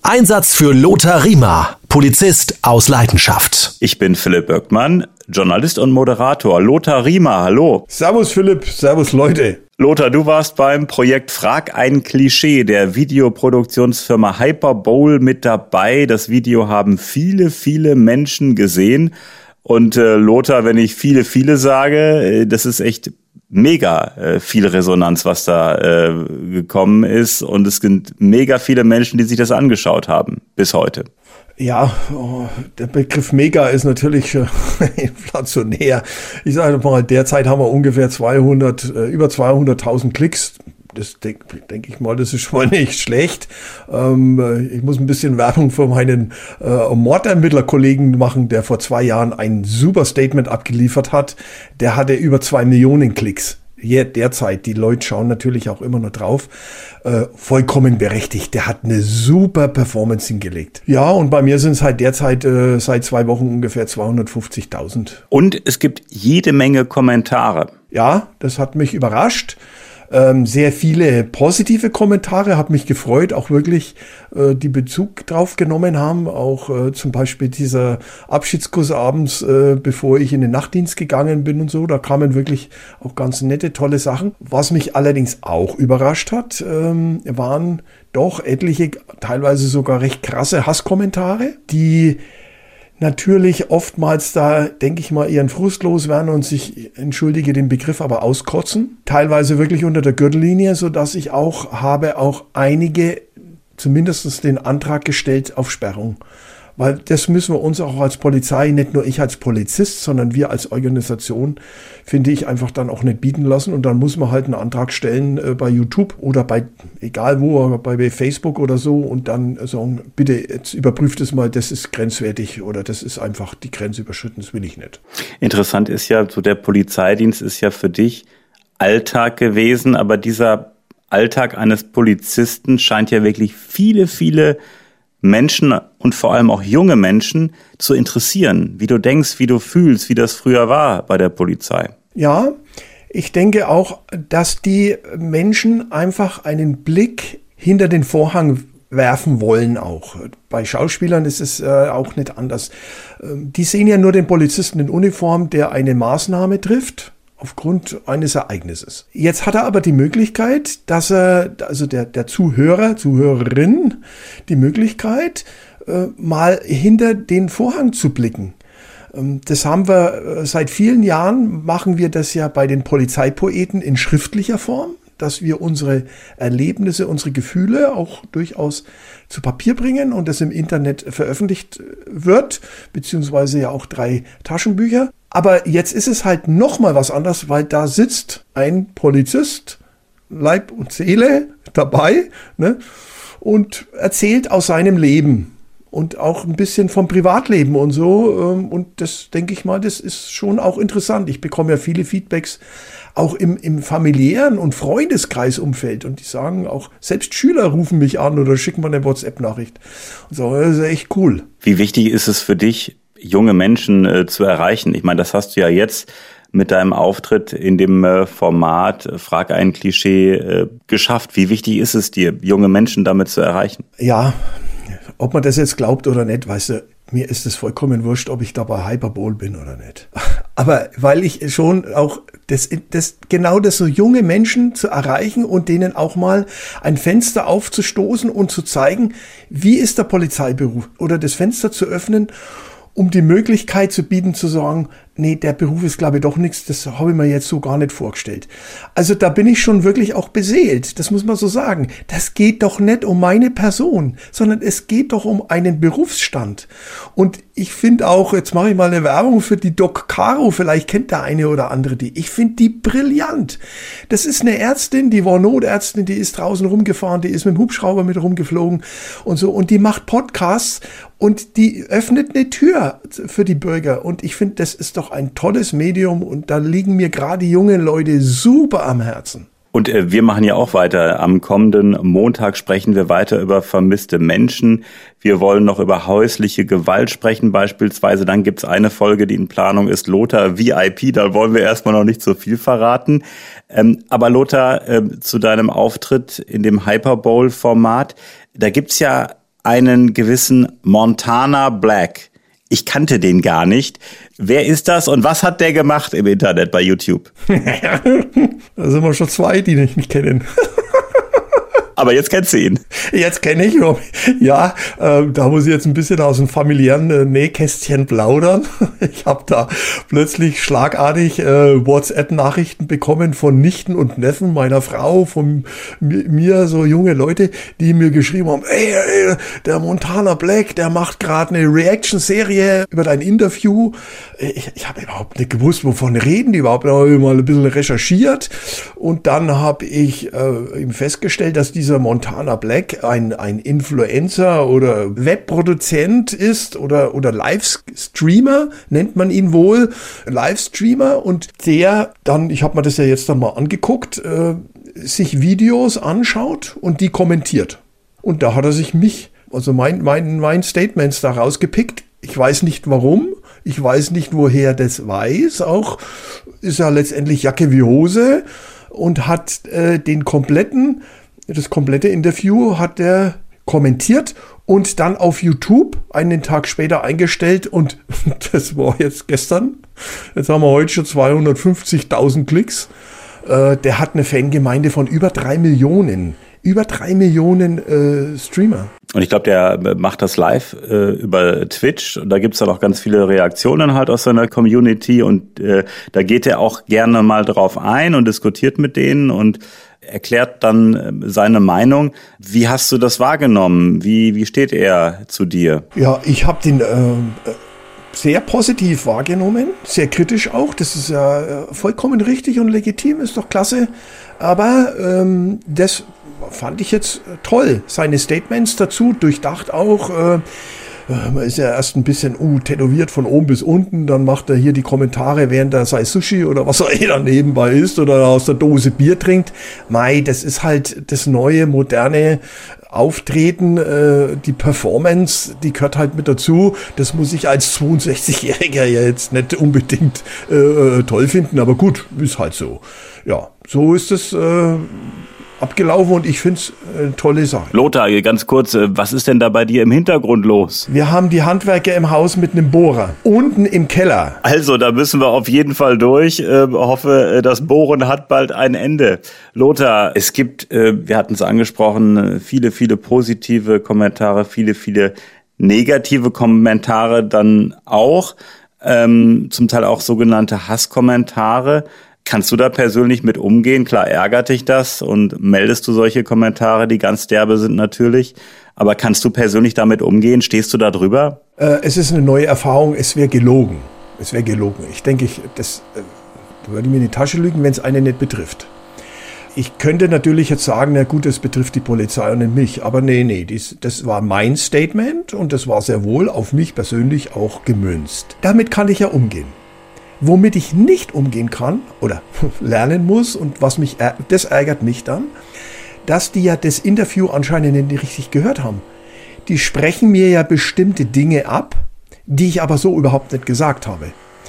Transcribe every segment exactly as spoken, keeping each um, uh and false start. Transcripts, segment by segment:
Einsatz für Lothar Riemer, Polizist aus Leidenschaft. Ich bin Philipp Böckmann, Journalist und Moderator. Lothar Riemer, hallo. Servus Philipp, servus Leute. Lothar, du warst beim Projekt Frag ein Klischee der Videoproduktionsfirma Hyperbowl mit dabei. Das Video haben viele, viele Menschen gesehen. Und äh, Lothar, wenn ich viele, viele sage, äh, das ist echt mega äh, viel Resonanz, was da äh, gekommen ist. Und es sind mega viele Menschen, die sich das angeschaut haben, bis heute. Ja, oh, der Begriff mega ist natürlich äh, inflationär. Ich sage mal, derzeit haben wir ungefähr zweihundert, äh, über zweihunderttausend Klicks. Das denke denk ich mal, das ist schon mal nicht schlecht. Ähm, ich muss ein bisschen Werbung für meinen äh, Mordermittlerkollegen machen, der vor zwei Jahren ein super Statement abgeliefert hat. Der hatte über zwei Millionen Klicks. Hier derzeit, die Leute schauen natürlich auch immer noch drauf. Äh, vollkommen berechtigt. Der hat eine super Performance hingelegt. Ja, und bei mir sind es halt derzeit äh, seit zwei Wochen ungefähr zweihundertfünfzigtausend. Und es gibt jede Menge Kommentare. Ja, das hat mich überrascht. Ähm, sehr viele positive Kommentare, hat mich gefreut, auch wirklich, äh, die Bezug drauf genommen haben, auch äh, zum Beispiel dieser Abschiedskuss abends, äh, bevor ich in den Nachtdienst gegangen bin und so, da kamen wirklich auch ganz nette, tolle Sachen. Was mich allerdings auch überrascht hat, ähm, waren doch etliche, teilweise sogar recht krasse Hasskommentare, die natürlich oftmals da, denke ich mal, ihren Frust loswerden und sich, entschuldige den Begriff, aber auskotzen. Teilweise wirklich unter der Gürtellinie, sodass ich auch habe auch einige zumindest den Antrag gestellt auf Sperrung. Weil das müssen wir uns auch als Polizei, nicht nur ich als Polizist, sondern wir als Organisation, finde ich, einfach dann auch nicht bieten lassen. Und dann muss man halt einen Antrag stellen äh, bei YouTube oder bei, egal wo, bei Facebook oder so und dann sagen, bitte jetzt überprüft es mal, das ist grenzwertig oder das ist einfach die Grenze überschritten, das will ich nicht. Interessant ist ja, so der Polizeidienst ist ja für dich Alltag gewesen, aber dieser Alltag eines Polizisten scheint ja wirklich viele, viele Menschen und vor allem auch junge Menschen zu interessieren, wie du denkst, wie du fühlst, wie das früher war bei der Polizei. Ja, ich denke auch, dass die Menschen einfach einen Blick hinter den Vorhang werfen wollen auch. Bei Schauspielern ist es äh, auch nicht anders. Ähm, die sehen ja nur den Polizisten in Uniform, der eine Maßnahme trifft aufgrund eines Ereignisses. Jetzt hat er aber die Möglichkeit, dass er, also der, der Zuhörer, Zuhörerin, die Möglichkeit, äh, mal hinter den Vorhang zu blicken. Ähm, das haben wir äh, seit vielen Jahren, machen wir das ja bei den Polizeipoeten in schriftlicher Form, dass wir unsere Erlebnisse, unsere Gefühle auch durchaus zu Papier bringen und das im Internet veröffentlicht wird, beziehungsweise ja auch drei Taschenbücher. Aber jetzt ist es halt nochmal was anderes, weil da sitzt ein Polizist, Leib und Seele dabei, ne, und erzählt aus seinem Leben und auch ein bisschen vom Privatleben und so. Und das, denke ich mal, das ist schon auch interessant. Ich bekomme ja viele Feedbacks auch im, im familiären und Freundeskreisumfeld. Und die sagen auch, selbst Schüler rufen mich an oder schicken mir eine WhatsApp-Nachricht. Und sagen, das ist echt cool. Wie wichtig ist es für dich, junge Menschen äh, zu erreichen? Ich meine, das hast du ja jetzt mit deinem Auftritt in dem äh, Format äh, Frag ein Klischee äh, geschafft. Wie wichtig ist es dir, junge Menschen damit zu erreichen? Ja, ob man das jetzt glaubt oder nicht, weißt du, mir ist es vollkommen wurscht, ob ich da bei Hyperbowl bin oder nicht. Aber weil ich schon auch das, das genau das so junge Menschen zu erreichen und denen auch mal ein Fenster aufzustoßen und zu zeigen, wie ist der Polizeiberuf, oder das Fenster zu öffnen, um die Möglichkeit zu bieten, zu sagen, nee, der Beruf ist, glaube ich, doch nichts, das habe ich mir jetzt so gar nicht vorgestellt. Also da bin ich schon wirklich auch beseelt, das muss man so sagen. Das geht doch nicht um meine Person, sondern es geht doch um einen Berufsstand. Und ich finde auch, jetzt mache ich mal eine Werbung für die Doc Caro, vielleicht kennt der eine oder andere die. Ich finde die brillant. Das ist eine Ärztin, die war Notärztin, die ist draußen rumgefahren, die ist mit dem Hubschrauber mit rumgeflogen und so. Und die macht Podcasts und die öffnet eine Tür für die Bürger. Und ich finde, das ist doch ein tolles Medium und da liegen mir gerade junge Leute super am Herzen. Und äh, wir machen ja auch weiter. Am kommenden Montag sprechen wir weiter über vermisste Menschen. Wir wollen noch über häusliche Gewalt sprechen beispielsweise. Dann gibt's eine Folge, die in Planung ist, Lothar V I P. Da wollen wir erstmal noch nicht so viel verraten. Ähm, aber Lothar, äh, zu deinem Auftritt in dem Hyperbowl-Format, da gibt's ja einen gewissen Montana Black. Ich kannte den gar nicht. Wer ist das und was hat der gemacht im Internet bei YouTube? Da sind wir schon zwei, die mich nicht kennen. Aber jetzt kennst du ihn. Jetzt kenne ich ihn. Ja, äh, da muss ich jetzt ein bisschen aus dem familiären äh, Nähkästchen plaudern. Ich habe da plötzlich schlagartig äh, WhatsApp-Nachrichten bekommen von Nichten und Neffen meiner Frau, von mir, so junge Leute, die mir geschrieben haben, ey, ey der Montana Black, der macht gerade eine Reaction-Serie über dein Interview. Ich, ich habe überhaupt nicht gewusst, wovon reden die überhaupt. Da habe ich mal ein bisschen recherchiert und dann habe ich äh, eben festgestellt, dass diese Dieser Montana Black ein, ein Influencer oder Webproduzent ist oder, oder Livestreamer, nennt man ihn wohl, Livestreamer, und der dann, ich habe mir das ja jetzt dann mal angeguckt, äh, sich Videos anschaut und die kommentiert. Und da hat er sich mich, also mein, mein, mein Statements da rausgepickt. Ich weiß nicht warum, ich weiß nicht, woher das weiß, auch ist ja letztendlich Jacke wie Hose und hat äh, den kompletten Das komplette Interview hat er kommentiert und dann auf YouTube einen Tag später eingestellt und das war jetzt gestern. Jetzt haben wir heute schon zweihundertfünfzigtausend Klicks. Äh, der hat eine Fangemeinde von über drei Millionen. Über drei Millionen äh, Streamer. Und ich glaube, der macht das live äh, über Twitch. Und da gibt's dann auch ganz viele Reaktionen halt aus seiner Community. Und äh, da geht er auch gerne mal drauf ein und diskutiert mit denen und erklärt dann äh, seine Meinung. Wie hast du das wahrgenommen? Wie, wie steht er zu dir? Ja, ich habe den äh, sehr positiv wahrgenommen. Sehr kritisch auch. Das ist ja äh, vollkommen richtig und legitim. Ist doch klasse. Aber ähm, das fand ich jetzt toll. Seine Statements dazu, durchdacht auch. Äh, man ist ja erst ein bisschen uh, tätowiert von oben bis unten. Dann macht er hier die Kommentare, während er sei Sushi oder was er eh da nebenbei isst oder aus der Dose Bier trinkt. Mei, das ist halt das neue, moderne Auftreten. Äh, die Performance, die gehört halt mit dazu. Das muss ich als zweiundsechzigjähriger ja jetzt nicht unbedingt äh, toll finden. Aber gut, ist halt so. Ja, so ist es äh, abgelaufen und ich finde es eine tolle Sache. Lothar, ganz kurz, was ist denn da bei dir im Hintergrund los? Wir haben die Handwerker im Haus mit einem Bohrer, unten im Keller. Also, da müssen wir auf jeden Fall durch. Äh, hoffe, das Bohren hat bald ein Ende. Lothar, es gibt, äh, wir hatten es angesprochen, viele, viele positive Kommentare, viele, viele negative Kommentare dann auch, ähm, zum Teil auch sogenannte Hasskommentare. Kannst du da persönlich mit umgehen? Klar ärgert dich das und meldest du solche Kommentare, die ganz derbe sind natürlich. Aber kannst du persönlich damit umgehen? Stehst du da drüber? Äh, es ist eine neue Erfahrung. Es wäre gelogen. Es wäre gelogen. Ich denke, ich, das äh, würde mir in die Tasche lügen, wenn es einen nicht betrifft. Ich könnte natürlich jetzt sagen, na gut, das betrifft die Polizei und nicht mich. Aber nee, nee, dies, das war mein Statement und das war sehr wohl auf mich persönlich auch gemünzt. Damit kann ich ja umgehen. Womit ich nicht umgehen kann oder lernen muss und was mich, das ärgert mich dann, dass die ja das Interview anscheinend nicht richtig gehört haben. Die sprechen mir ja bestimmte Dinge ab, die ich aber so überhaupt nicht gesagt habe.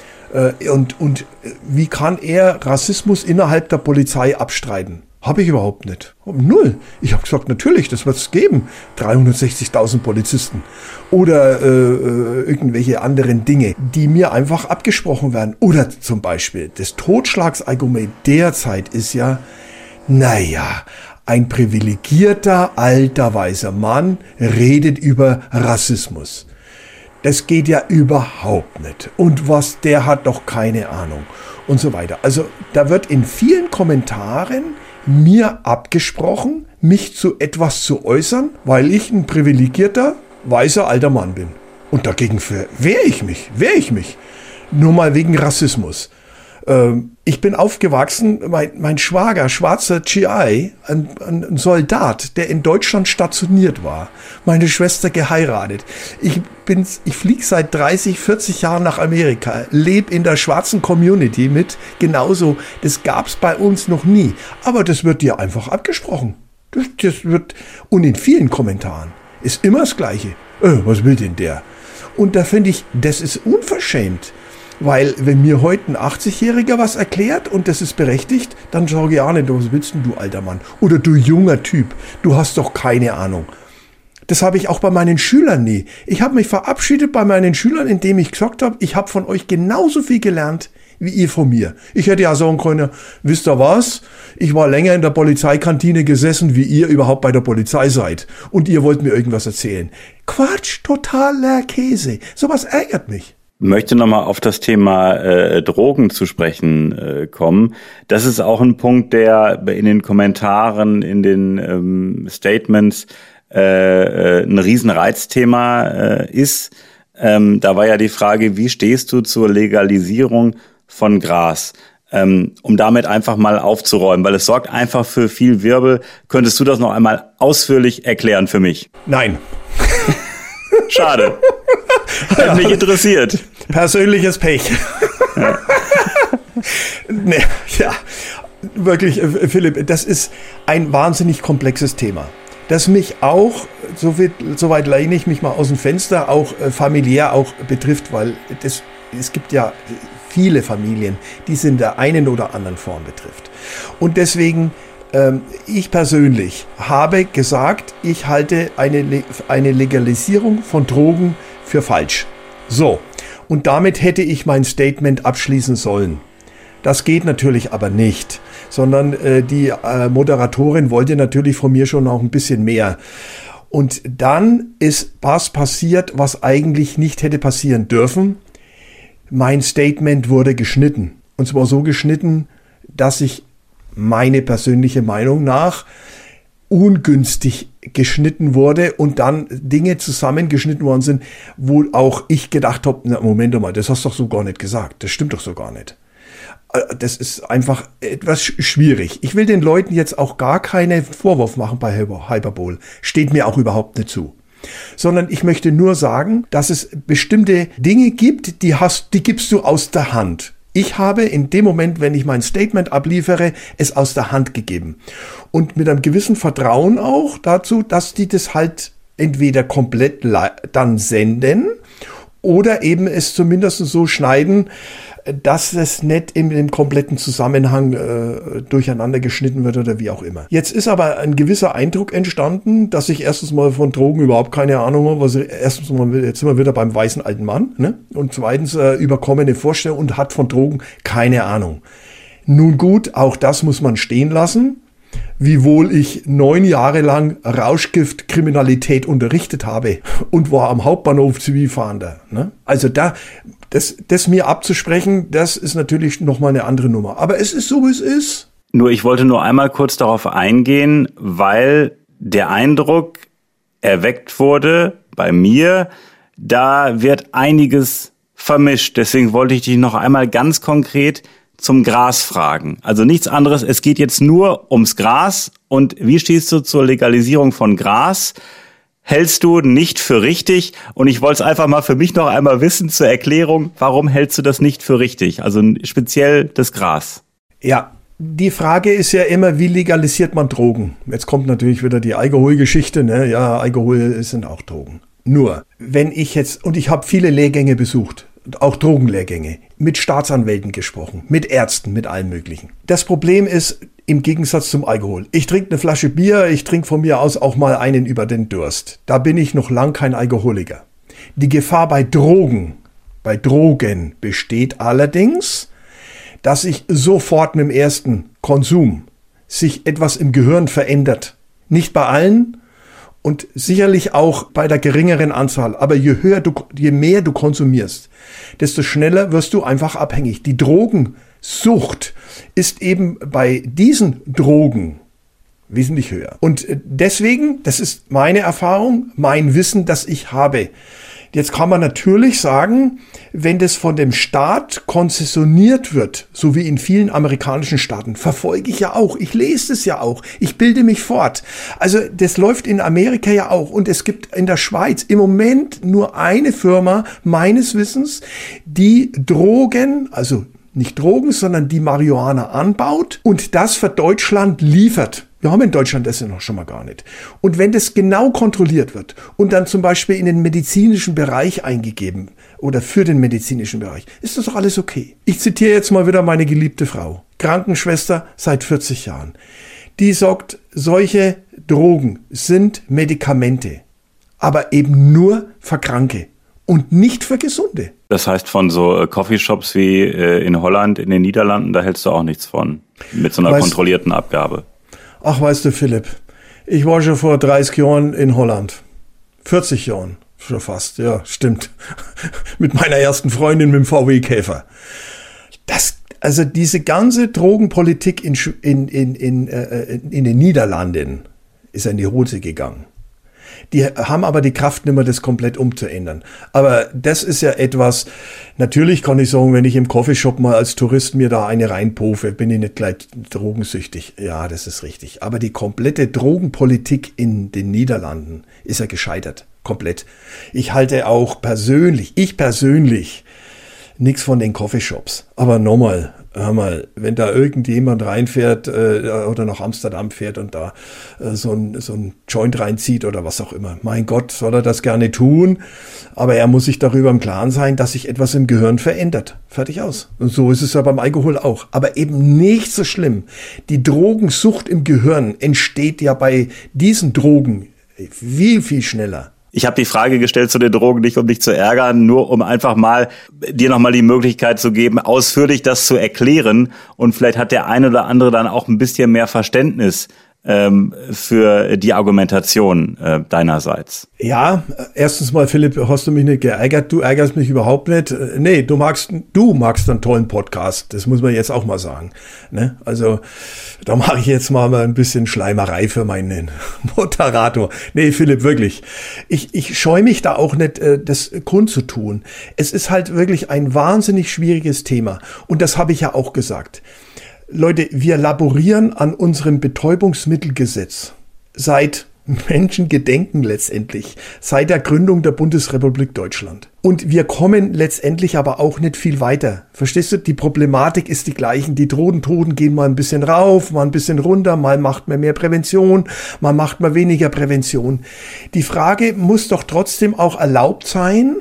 Und, und wie kann er Rassismus innerhalb der Polizei abstreiten? Habe ich überhaupt nicht. Null. Ich habe gesagt, natürlich, das wird es geben. dreihundertsechzigtausend Polizisten. Oder äh, irgendwelche anderen Dinge, die mir einfach abgesprochen werden. Oder zum Beispiel, das Totschlagsargument derzeit ist ja, naja, ein privilegierter, alter, weißer Mann redet über Rassismus. Das geht ja überhaupt nicht. Und was, der hat doch keine Ahnung. Und so weiter. Also da wird in vielen Kommentaren mir abgesprochen, mich zu etwas zu äußern, weil ich ein privilegierter, weißer, alter Mann bin. Und dagegen wehre ich mich, wehre ich mich. Nur mal wegen Rassismus. Ähm, ich bin aufgewachsen, mein, mein Schwager, schwarzer G I, ein, ein Soldat, der in Deutschland stationiert war. Meine Schwester geheiratet. Ich bin, ich fliege seit dreißig, vierzig Jahren nach Amerika, lebe in der schwarzen Community mit. Genauso, das gab's bei uns noch nie. Aber das wird dir einfach abgesprochen. Das, das wird, und in vielen Kommentaren ist immer das Gleiche. Äh, was will denn der? Und da finde ich, das ist unverschämt. Weil wenn mir heute ein achtzigjähriger was erklärt und das ist berechtigt, dann sage ich auch nicht, was willst denn du, alter Mann? Oder du junger Typ, du hast doch keine Ahnung. Das habe ich auch bei meinen Schülern nie. Ich habe mich verabschiedet bei meinen Schülern, indem ich gesagt habe, ich habe von euch genauso viel gelernt, wie ihr von mir. Ich hätte ja sagen können, wisst ihr was? Ich war länger in der Polizeikantine gesessen, wie ihr überhaupt bei der Polizei seid. Und ihr wollt mir irgendwas erzählen. Quatsch, totaler Käse. Sowas ärgert mich. Ich möchte nochmal auf das Thema äh, Drogen zu sprechen äh, kommen. Das ist auch ein Punkt, der in den Kommentaren, in den ähm, Statements äh, äh, ein Riesenreizthema äh, ist. Ähm, da war ja die Frage, wie stehst du zur Legalisierung von Gras? Ähm, um damit einfach mal aufzuräumen, weil es sorgt einfach für viel Wirbel. Könntest du das noch einmal ausführlich erklären für mich? Nein. Schade. Hat mich interessiert. Persönliches Pech. Ja. Nee, ja, wirklich, Philipp, das ist ein wahnsinnig komplexes Thema, das mich auch, so weit, so weit lehne ich mich mal aus dem Fenster, auch familiär auch betrifft, weil das, es gibt ja viele Familien, die es in der einen oder anderen Form betrifft. Und deswegen, ähm, ich persönlich habe gesagt, ich halte eine, eine Legalisierung von Drogen für falsch. So, und damit hätte ich mein Statement abschließen sollen. Das geht natürlich aber nicht, sondern äh, die äh, Moderatorin wollte natürlich von mir schon auch ein bisschen mehr. Und dann ist was passiert, was eigentlich nicht hätte passieren dürfen. Mein Statement wurde geschnitten. Und zwar so geschnitten, dass ich meine persönliche Meinung nach ungünstig geschnitten wurde und dann Dinge zusammengeschnitten worden sind, wo auch ich gedacht habe, na Moment mal, das hast du doch so gar nicht gesagt. Das stimmt doch so gar nicht. Das ist einfach etwas schwierig. Ich will den Leuten jetzt auch gar keinen Vorwurf machen bei Hyperbowl. Steht mir auch überhaupt nicht zu. Sondern ich möchte nur sagen, dass es bestimmte Dinge gibt, die hast, die gibst du aus der Hand. Ich habe in dem Moment, wenn ich mein Statement abliefere, es aus der Hand gegeben. Und mit einem gewissen Vertrauen auch dazu, dass die das halt entweder komplett dann senden oder eben es zumindest so schneiden, dass es nicht in dem kompletten Zusammenhang äh, durcheinander geschnitten wird oder wie auch immer. Jetzt ist aber ein gewisser Eindruck entstanden, dass ich erstens mal von Drogen überhaupt keine Ahnung habe. Also erstens mal, jetzt sind wir wieder beim weißen alten Mann, ne? Und zweitens äh, überkommene Vorstellung und hat von Drogen keine Ahnung. Nun gut, auch das muss man stehen lassen. Wiewohl ich neun Jahre lang Rauschgiftkriminalität unterrichtet habe und war am Hauptbahnhof Zivilfahrender. Ne? Also da, das, das mir abzusprechen, das ist natürlich nochmal eine andere Nummer. Aber es ist so, wie es ist. Nur, ich wollte nur einmal kurz darauf eingehen, weil der Eindruck erweckt wurde bei mir, da wird einiges vermischt. Deswegen wollte ich dich noch einmal ganz konkret zum Gras fragen. Also nichts anderes, es geht jetzt nur ums Gras. Und wie stehst du zur Legalisierung von Gras? Hältst du nicht für richtig? Und ich wollte es einfach mal für mich noch einmal wissen zur Erklärung, warum hältst du das nicht für richtig? Also speziell das Gras. Ja, die Frage ist ja immer, wie legalisiert man Drogen? Jetzt kommt natürlich wieder die Alkoholgeschichte, ne? Ja, Alkohol sind auch Drogen. Nur, wenn ich jetzt, und ich habe viele Lehrgänge besucht, auch Drogenlehrgänge, mit Staatsanwälten gesprochen, mit Ärzten, mit allen möglichen. Das Problem ist, im Gegensatz zum Alkohol, ich trinke eine Flasche Bier, ich trinke von mir aus auch mal einen über den Durst. Da bin ich noch lang kein Alkoholiker. Die Gefahr bei Drogen, bei Drogen besteht allerdings, dass sich sofort mit dem ersten Konsum sich etwas im Gehirn verändert. Nicht bei allen, und sicherlich auch bei der geringeren Anzahl. Aber je höher du, je mehr du konsumierst, desto schneller wirst du einfach abhängig. Die Drogensucht ist eben bei diesen Drogen wesentlich höher. Und deswegen, das ist meine Erfahrung, mein Wissen, das ich habe. Jetzt kann man natürlich sagen, wenn das von dem Staat konzessioniert wird, so wie in vielen amerikanischen Staaten, verfolge ich ja auch, ich lese es ja auch, ich bilde mich fort. Also das läuft in Amerika ja auch und es gibt in der Schweiz im Moment nur eine Firma meines Wissens, die Drogen, also nicht Drogen, sondern die Marihuana anbaut und das für Deutschland liefert. Wir haben in Deutschland das ja noch schon mal gar nicht. Und wenn das genau kontrolliert wird und dann zum Beispiel in den medizinischen Bereich eingegeben oder für den medizinischen Bereich, ist das doch alles okay. Ich zitiere jetzt mal wieder meine geliebte Frau, Krankenschwester seit vierzig Jahren. Die sagt, solche Drogen sind Medikamente. aber eben nur für Kranke und nicht für Gesunde. Das heißt, von so äh, Coffeeshops wie äh, in Holland, in den Niederlanden, da hältst du auch nichts von, mit so einer weißt, kontrollierten Abgabe. Ach, weißt du, Philipp, ich war schon vor dreißig Jahren in Holland. vierzig Jahren schon fast, ja, stimmt. Mit meiner ersten Freundin mit dem V W Käfer. Das, also diese ganze Drogenpolitik in, in, in, in, äh, in den Niederlanden ist in die Hose gegangen. Die haben aber die Kraft nicht mehr, das komplett umzuändern. Aber das ist ja etwas, natürlich kann ich sagen, wenn ich im Coffeeshop mal als Tourist mir da eine reinpofe, bin ich nicht gleich drogensüchtig. Ja, das ist richtig. Aber die komplette Drogenpolitik in den Niederlanden ist ja gescheitert. Komplett. Ich halte auch persönlich, ich persönlich, nichts von den Coffeeshops. Aber nochmal, hör mal, wenn da irgendjemand reinfährt äh, oder nach Amsterdam fährt und da äh, so ein, so ein Joint reinzieht oder was auch immer, mein Gott, soll er das gerne tun, aber er muss sich darüber im Klaren sein, dass sich etwas im Gehirn verändert. Fertig aus. Und so ist es ja beim Alkohol auch. Aber eben nicht so schlimm. Die Drogensucht im Gehirn entsteht ja bei diesen Drogen viel, viel schneller. Ich habe die Frage gestellt zu den Drogen nicht, um dich zu ärgern, nur um einfach mal dir nochmal die Möglichkeit zu geben, ausführlich das zu erklären. Und vielleicht hat der eine oder andere dann auch ein bisschen mehr Verständnis ähm, für die Argumentation äh, deinerseits. Ja, erstens mal, Philipp, hast du mich nicht geärgert? Du ärgerst mich überhaupt nicht. Nee, du magst, du magst einen tollen Podcast. Das muss man jetzt auch mal sagen. Ne? Also, da mache ich jetzt mal ein bisschen Schleimerei für meinen Moderator. Nee, Philipp, wirklich. Ich, ich scheue mich da auch nicht, das kundzutun. Es ist halt wirklich ein wahnsinnig schwieriges Thema. Und das habe ich ja auch gesagt. Leute, wir laborieren an unserem Betäubungsmittelgesetz seit Menschengedenken letztendlich, seit der Gründung der Bundesrepublik Deutschland. Und wir kommen letztendlich aber auch nicht viel weiter. Verstehst du? Die Problematik ist die gleichen. Die Drogentoten gehen mal ein bisschen rauf, mal ein bisschen runter, mal macht man mehr Prävention, mal macht man weniger Prävention. Die Frage muss doch trotzdem auch erlaubt sein,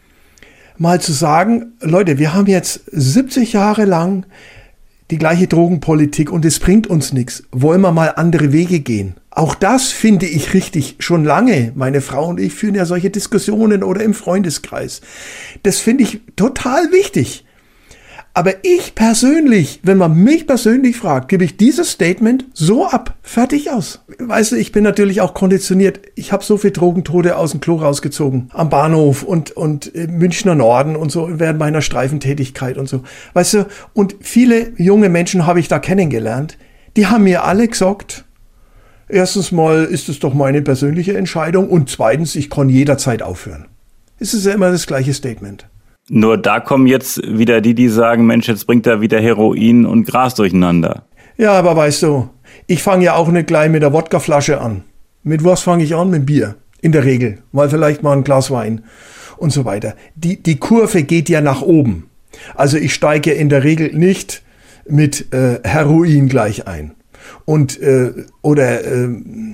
mal zu sagen, Leute, wir haben jetzt siebzig Jahre lang die gleiche Drogenpolitik und es bringt uns nichts. Wollen wir mal andere Wege gehen? Auch das finde ich richtig, schon lange. Meine Frau und ich führen ja solche Diskussionen oder im Freundeskreis. Das finde ich total wichtig. Aber ich persönlich, wenn man mich persönlich fragt, gebe ich dieses Statement so ab. Fertig aus. Weißt du, ich bin natürlich auch konditioniert. Ich habe so viel Drogentote aus dem Klo rausgezogen. Am Bahnhof und, und im Münchner Norden und so während meiner Streifentätigkeit und so. Weißt du, und viele junge Menschen habe ich da kennengelernt. Die haben mir alle gesagt, erstens mal ist es doch meine persönliche Entscheidung und zweitens, ich kann jederzeit aufhören. Es ist ja immer das gleiche Statement. Nur da kommen jetzt wieder die, die sagen, Mensch, jetzt bringt er wieder Heroin und Gras durcheinander. Ja, aber weißt du, ich fange ja auch nicht gleich mit der Wodkaflasche an. Mit was fange ich an? Mit Bier. In der Regel. Mal vielleicht mal ein Glas Wein und so weiter. Die, die Kurve geht ja nach oben. Also ich steige in der Regel nicht mit äh, Heroin gleich ein. Und, äh, oder, äh,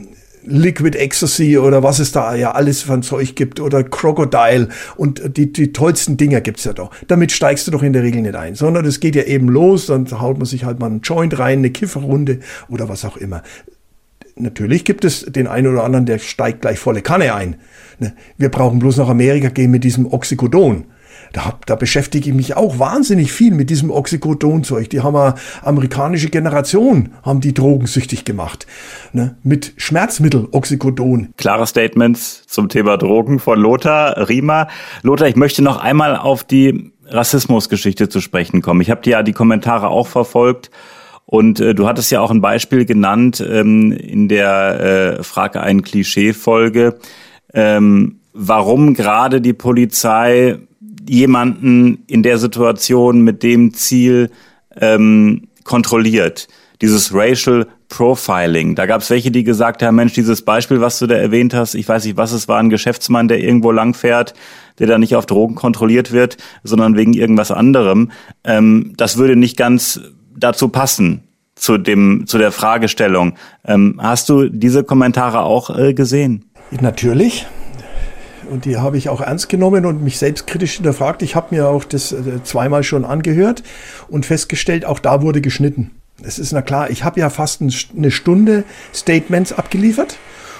Liquid Ecstasy oder was es da ja alles von Zeug gibt oder Crocodile und die, die tollsten Dinger gibt's ja doch. Damit steigst du doch in der Regel nicht ein, sondern es geht ja eben los, dann haut man sich halt mal einen Joint rein, eine Kifferrunde oder was auch immer. Natürlich gibt es den einen oder anderen, der steigt gleich volle Kanne ein. Wir brauchen bloß nach Amerika gehen mit diesem Oxycodon. Da, da beschäftige ich mich auch wahnsinnig viel mit diesem Oxycodon-Zeug. Die haben eine amerikanische Generation, haben die drogensüchtig gemacht. Ne? Mit Schmerzmittel, Oxycodon. Klare Statements zum Thema Drogen von Lothar Riemer. Lothar, ich möchte noch einmal auf die Rassismusgeschichte zu sprechen kommen. Ich habe dir ja die Kommentare auch verfolgt. Und äh, du hattest ja auch ein Beispiel genannt ähm, in der äh, Frage ein Klischee-Folge, ähm, warum gerade die Polizei jemanden in der Situation mit dem Ziel ähm, kontrolliert. Dieses Racial Profiling. Da gab es welche, die gesagt haben, Mensch, dieses Beispiel, was du da erwähnt hast, ich weiß nicht, was es war, ein Geschäftsmann, der irgendwo langfährt, der da nicht auf Drogen kontrolliert wird, sondern wegen irgendwas anderem. Ähm, das würde nicht ganz dazu passen, zu dem, zu der Fragestellung. Ähm, hast du diese Kommentare auch äh, gesehen? Natürlich. Und die habe ich auch ernst genommen und mich selbstkritisch hinterfragt. Ich habe mir auch das äh, zweimal schon angehört und festgestellt, auch da wurde geschnitten. Es ist na klar, ich habe ja fast ein, eine Stunde Statements abgeliefert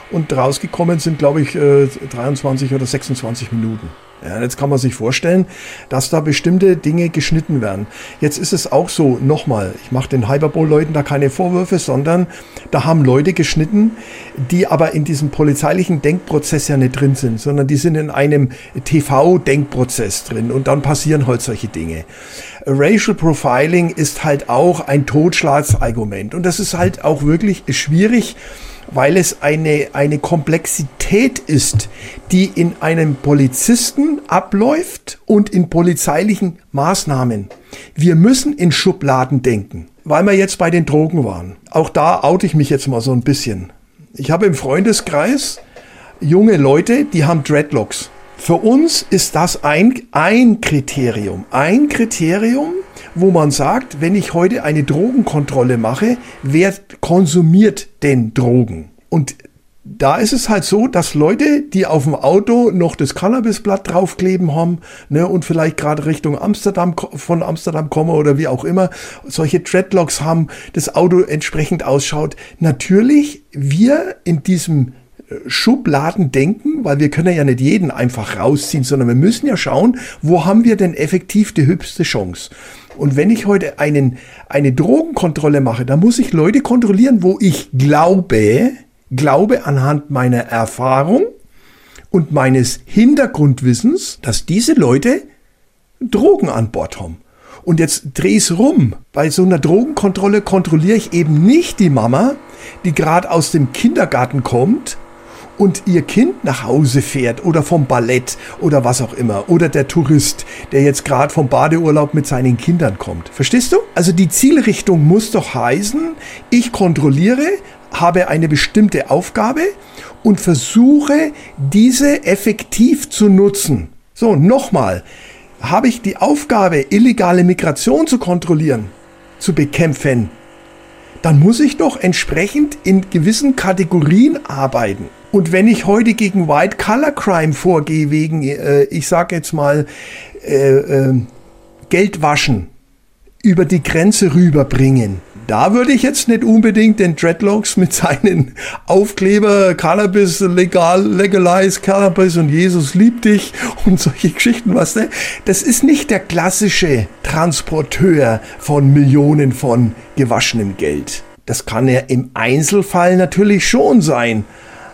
und rausgekommen sind, glaube ich, dreiundzwanzig oder sechsundzwanzig Minuten. Ja, jetzt kann man sich vorstellen, dass da bestimmte Dinge geschnitten werden. Jetzt ist es auch so, nochmal, ich mache den Hyperbowl-Leuten da keine Vorwürfe, sondern da haben Leute geschnitten, die aber in diesem polizeilichen Denkprozess ja nicht drin sind, sondern die sind in einem T V-Denkprozess drin und dann passieren halt solche Dinge. Racial Profiling ist halt auch ein Totschlagsargument und das ist halt auch wirklich schwierig, weil es eine, eine Komplexität ist, die in einem Polizisten abläuft und in polizeilichen Maßnahmen. Wir müssen in Schubladen denken, weil wir jetzt bei den Drogen waren. Auch da oute ich mich jetzt mal so ein bisschen. Ich habe im Freundeskreis junge Leute, die haben Dreadlocks. Für uns ist das ein, ein Kriterium, ein Kriterium, wo man sagt, wenn ich heute eine Drogenkontrolle mache, wer konsumiert denn Drogen? Und da ist es halt so, dass Leute, die auf dem Auto noch das Cannabisblatt draufkleben haben, ne, und vielleicht gerade Richtung Amsterdam, von Amsterdam kommen oder wie auch immer, solche Dreadlocks haben, das Auto entsprechend ausschaut. Natürlich, wir in diesem Schubladen denken, weil wir können ja nicht jeden einfach rausziehen, sondern wir müssen ja schauen, wo haben wir denn effektiv die höchste Chance. Und wenn ich heute einen, eine Drogenkontrolle mache, dann muss ich Leute kontrollieren, wo ich glaube, glaube anhand meiner Erfahrung und meines Hintergrundwissens, dass diese Leute Drogen an Bord haben. Und jetzt dreh es rum. Bei so einer Drogenkontrolle kontrolliere ich eben nicht die Mama, die gerade aus dem Kindergarten kommt und ihr Kind nach Hause fährt oder vom Ballett oder was auch immer. Oder der Tourist, der jetzt gerade vom Badeurlaub mit seinen Kindern kommt. Verstehst du? Also die Zielrichtung muss doch heißen, ich kontrolliere, habe eine bestimmte Aufgabe und versuche, diese effektiv zu nutzen. So, nochmal. Habe ich die Aufgabe, illegale Migration zu kontrollieren, zu bekämpfen, dann muss ich doch entsprechend in gewissen Kategorien arbeiten. Und wenn ich heute gegen White-Collar-Crime vorgehe, wegen, äh, ich sage jetzt mal, äh, äh, Geld waschen, über die Grenze rüberbringen, da würde ich jetzt nicht unbedingt den Dreadlocks mit seinen Aufkleber Cannabis legal, legalize Cannabis und Jesus liebt dich und solche Geschichten, was ne? Das ist nicht der klassische Transporteur von Millionen von gewaschenem Geld. Das kann er im Einzelfall natürlich schon sein,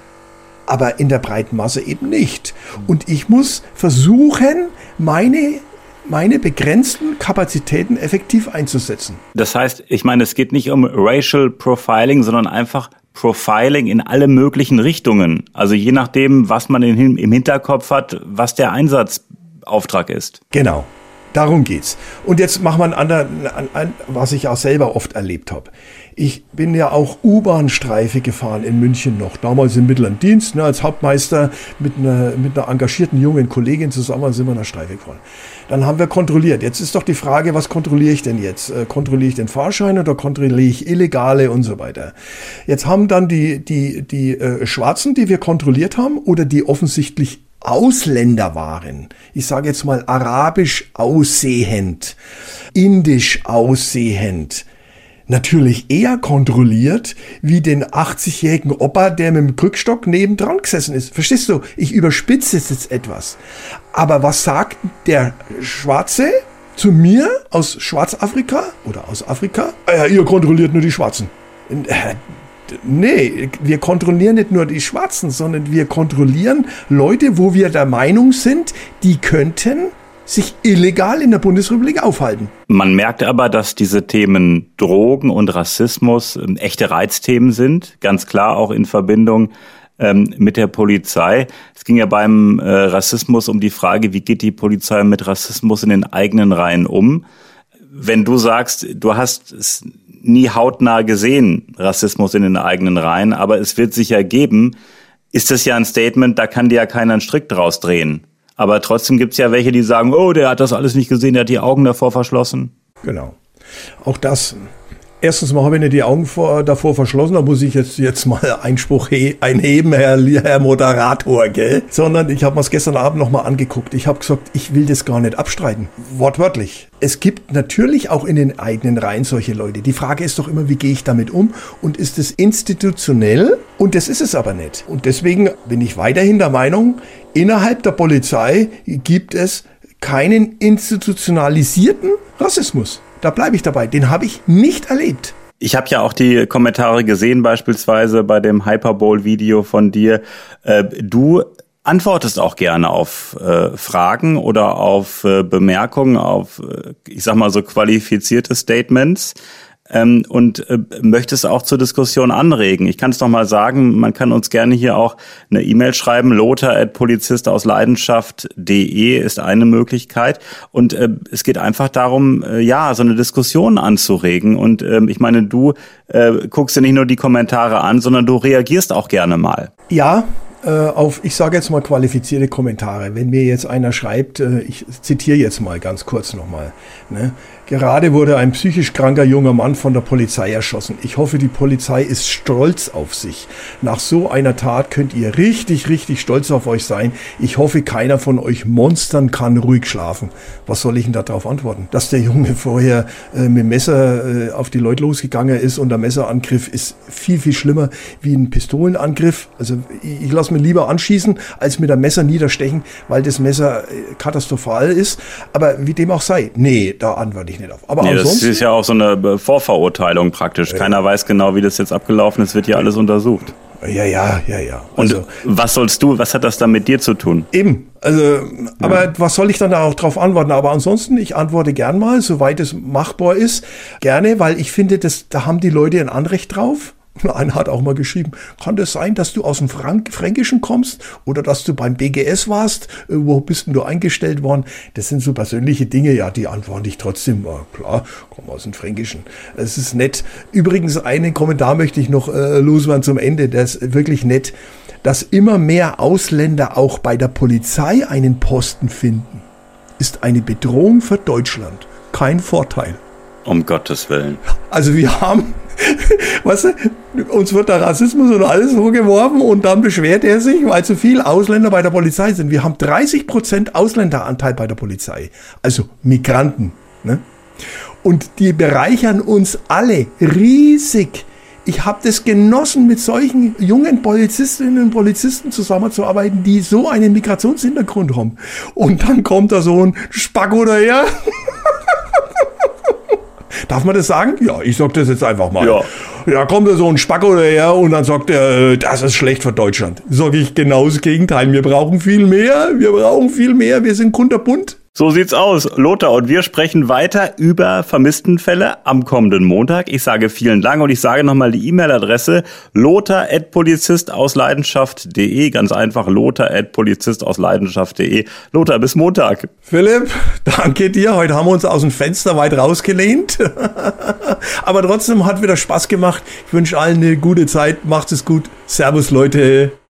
aber in der breiten Masse eben nicht. Und ich muss versuchen, meine meine begrenzten Kapazitäten effektiv einzusetzen. Das heißt, ich meine, es geht nicht um Racial Profiling, sondern einfach Profiling in alle möglichen Richtungen. Also je nachdem, was man im Hinterkopf hat, was der Einsatzauftrag ist. Genau, darum geht's. Und jetzt machen wir ein anderes, was ich auch selber oft erlebt habe. Ich bin ja auch U-Bahn-Streife gefahren in München noch, damals im mittleren Dienst, ne, als Hauptmeister mit einer, mit einer engagierten jungen Kollegin zusammen sind wir in der Streife gefahren. Dann haben wir kontrolliert. Jetzt ist doch die Frage, was kontrolliere ich denn jetzt? Äh, kontrolliere ich den Fahrschein oder kontrolliere ich Illegale und so weiter? Jetzt haben dann die, die, die äh, Schwarzen, die wir kontrolliert haben oder die offensichtlich Ausländer waren, ich sage jetzt mal arabisch aussehend, indisch aussehend, natürlich eher kontrolliert wie den achtzigjährigen Opa, der mit dem Krückstock nebendran gesessen ist. Verstehst du? Ich überspitze es jetzt etwas. Aber was sagt der Schwarze zu mir aus Schwarzafrika oder aus Afrika? Ja, ihr kontrolliert nur die Schwarzen. Äh, nee, wir kontrollieren nicht nur die Schwarzen, sondern wir kontrollieren Leute, wo wir der Meinung sind, die könnten sich illegal in der Bundesrepublik aufhalten. Man merkt aber, dass diese Themen Drogen und Rassismus ähm, echte Reizthemen sind, ganz klar auch in Verbindung ähm, mit der Polizei. Es ging ja beim äh, Rassismus um die Frage, wie geht die Polizei mit Rassismus in den eigenen Reihen um? Wenn du sagst, du hast es nie hautnah gesehen, Rassismus in den eigenen Reihen, aber es wird sich ja geben, ist das ja ein Statement, da kann dir ja keiner einen Strick draus drehen. Aber trotzdem gibt's ja welche, die sagen, oh, der hat das alles nicht gesehen, der hat die Augen davor verschlossen. Genau. Auch das Erstens mal habe ich nicht die Augen vor, davor verschlossen, da muss ich jetzt, jetzt mal Einspruch he- einheben, Herr, Herr Moderator, gell? Sondern ich habe mir es gestern Abend nochmal angeguckt. Ich habe gesagt, ich will das gar nicht abstreiten. Wortwörtlich. Es gibt natürlich auch in den eigenen Reihen solche Leute. Die Frage ist doch immer, wie gehe ich damit um? Und ist es institutionell? Und das ist es aber nicht. Und deswegen bin ich weiterhin der Meinung, innerhalb der Polizei gibt es keinen institutionalisierten Rassismus. Da bleibe ich dabei. Den habe ich nicht erlebt. Ich habe ja auch die Kommentare gesehen, beispielsweise bei dem Hyperbowl-Video von dir. Äh, du antwortest auch gerne auf äh, Fragen oder auf äh, Bemerkungen, auf, äh, ich sag mal so qualifizierte Statements. Ähm, und äh, möchtest auch zur Diskussion anregen. Ich kann es noch mal sagen, man kann uns gerne hier auch eine E-Mail schreiben. lothar at polizist aus leidenschaft punkt de ist eine Möglichkeit. Und äh, es geht einfach darum, äh, ja, so eine Diskussion anzuregen. Und äh, ich meine, du äh, guckst dir nicht nur die Kommentare an, sondern du reagierst auch gerne mal. Ja, äh, auf, ich sage jetzt mal qualifizierte Kommentare. Wenn mir jetzt einer schreibt, äh, ich zitiere jetzt mal ganz kurz nochmal, ne? Gerade wurde ein psychisch kranker junger Mann von der Polizei erschossen. Ich hoffe, die Polizei ist stolz auf sich. Nach so einer Tat könnt ihr richtig, richtig stolz auf euch sein. Ich hoffe, keiner von euch Monstern kann ruhig schlafen. Was soll ich denn darauf antworten? Dass der Junge vorher äh, mit dem Messer äh, auf die Leute losgegangen ist und der Messerangriff ist viel, viel schlimmer wie ein Pistolenangriff. Also ich, ich lasse mir lieber anschießen, als mit einem Messer niederstechen, weil das Messer äh, katastrophal ist. Aber wie dem auch sei, nee, da antworte ich nicht auf. Aber nee, ansonsten, das ist ja auch so eine Vorverurteilung praktisch. Keiner äh, weiß genau, wie das jetzt abgelaufen ist, wird hier alles untersucht. Ja, ja, ja, ja. Also, und was sollst du, was hat das dann mit dir zu tun? Eben, also, ja. Aber was soll ich dann da auch drauf antworten? Aber ansonsten, ich antworte gern mal, soweit es machbar ist, gerne, weil ich finde, das, da haben die Leute ein Anrecht drauf. Einer hat auch mal geschrieben, kann das sein, dass du aus dem Frank- Fränkischen kommst oder dass du beim B G S warst? Wo bist denn du eingestellt worden? Das sind so persönliche Dinge, ja, die antworte ich trotzdem. Ja, klar, komme aus dem Fränkischen. Es ist nett. Übrigens, einen Kommentar möchte ich noch äh, loswerden zum Ende. Das ist wirklich nett, dass immer mehr Ausländer auch bei der Polizei einen Posten finden, ist eine Bedrohung für Deutschland. Kein Vorteil. Um Gottes Willen. Also wir haben, weißt du, uns wird der Rassismus und alles vorgeworfen und dann beschwert er sich, weil zu viele Ausländer bei der Polizei sind. Wir haben dreißig Prozent Ausländeranteil bei der Polizei, also Migranten. Ne? Und die bereichern uns alle riesig. Ich habe das genossen, mit solchen jungen Polizistinnen und Polizisten zusammenzuarbeiten, die so einen Migrationshintergrund haben. Und dann kommt da so ein Spacko daher. Darf man das sagen? Ja, ich sag das jetzt einfach mal. Ja. Da kommt da so ein Spacko daher und dann sagt er, das ist schlecht für Deutschland. Sag ich genau das Gegenteil. Wir brauchen viel mehr, wir brauchen viel mehr, wir sind kunterbunt. So sieht's aus, Lothar, und wir sprechen weiter über Vermisstenfälle am kommenden Montag. Ich sage vielen Dank und ich sage nochmal die E-Mail-Adresse lothar at polizist aus leidenschaft punkt de, ganz einfach lothar at polizist aus leidenschaft punkt de. Lothar, bis Montag. Philipp, danke dir. Heute haben wir uns aus dem Fenster weit rausgelehnt. Aber trotzdem hat wieder Spaß gemacht. Ich wünsche allen eine gute Zeit. Macht es gut. Servus, Leute.